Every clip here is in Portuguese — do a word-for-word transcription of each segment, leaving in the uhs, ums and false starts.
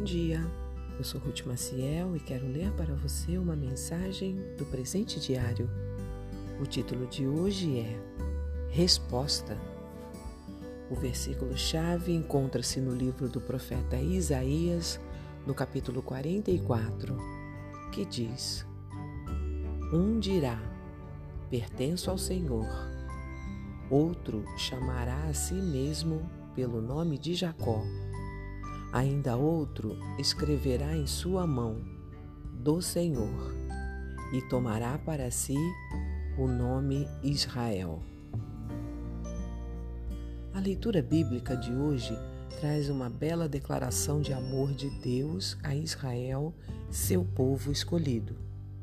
dia, eu sou Ruth Maciel e quero ler para você uma mensagem do presente diário. O título de hoje é Resposta. O versículo-chave encontra-se no livro do profeta Isaías, no capítulo quarenta e quatro, que diz: Um dirá, pertenço ao Senhor. Outro chamará a si mesmo pelo nome de Jacó. Ainda outro escreverá em sua mão, do Senhor, e tomará para si o nome Israel. A leitura bíblica de hoje traz uma bela declaração de amor de Deus a Israel, seu povo escolhido.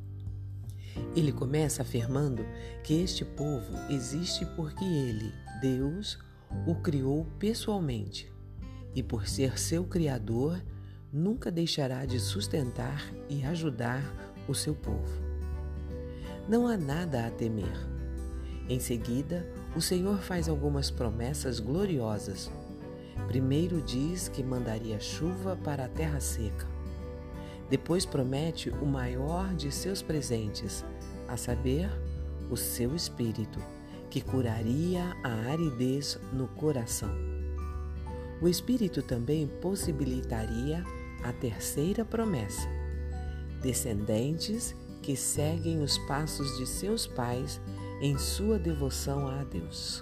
Ele começa afirmando que este povo existe porque ele, Deus, o criou pessoalmente. E por ser seu Criador, nunca deixará de sustentar e ajudar o seu povo. Não há nada a temer. Em seguida, o Senhor faz algumas promessas gloriosas. Primeiro diz que mandaria chuva para a terra seca. Depois promete o maior de seus presentes, a saber, o seu Espírito, que curaria a aridez no coração. O Espírito também possibilitaria a terceira promessa: descendentes que seguem os passos de seus pais em sua devoção a Deus.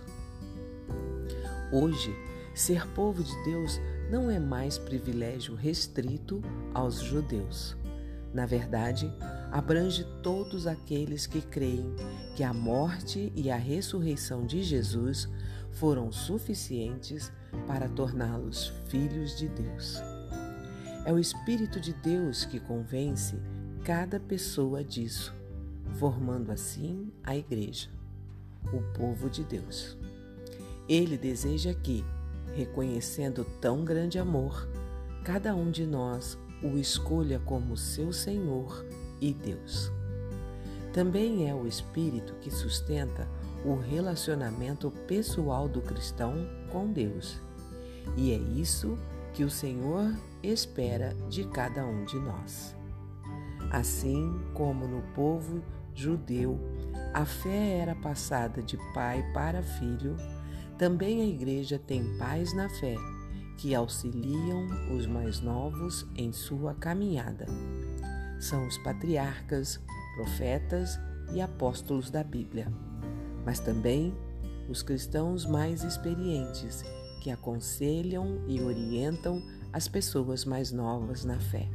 Hoje, ser povo de Deus não é mais privilégio restrito aos judeus. Na verdade, abrange todos aqueles que creem que a morte e a ressurreição de Jesus foram suficientes para torná-los filhos de Deus. É o Espírito de Deus que convence cada pessoa disso, formando assim a Igreja, o povo de Deus. Ele deseja que, reconhecendo tão grande amor, cada um de nós o escolha como seu Senhor e Deus. Também é o Espírito que sustenta o relacionamento pessoal do cristão com Deus. E é isso que o Senhor espera de cada um de nós. Assim como no povo judeu a fé era passada de pai para filho, também a Igreja tem pais na fé que auxiliam os mais novos em sua caminhada. São os patriarcas, profetas e apóstolos da Bíblia, mas também os cristãos mais experientes que aconselham e orientam as pessoas mais novas na fé.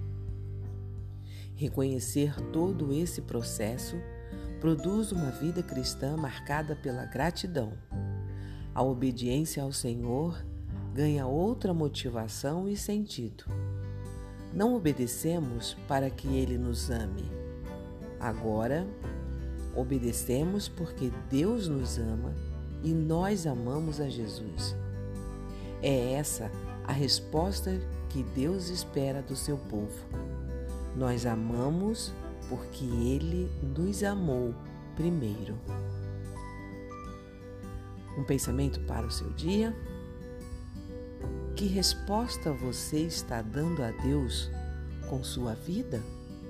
Reconhecer todo esse processo produz uma vida cristã marcada pela gratidão. A obediência ao Senhor ganha outra motivação e sentido. Não obedecemos para que Ele nos ame. Agora, obedecemos porque Deus nos ama e nós amamos a Jesus. É essa a resposta que Deus espera do seu povo. Nós amamos porque Ele nos amou primeiro. Um pensamento para o seu dia? Que resposta você está dando a Deus com sua vida?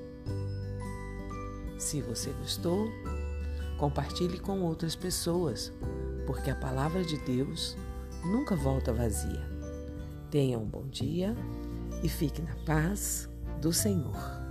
Se você gostou, compartilhe com outras pessoas, porque a palavra de Deus nunca volta vazia. Tenha um bom dia e fique na paz do Senhor.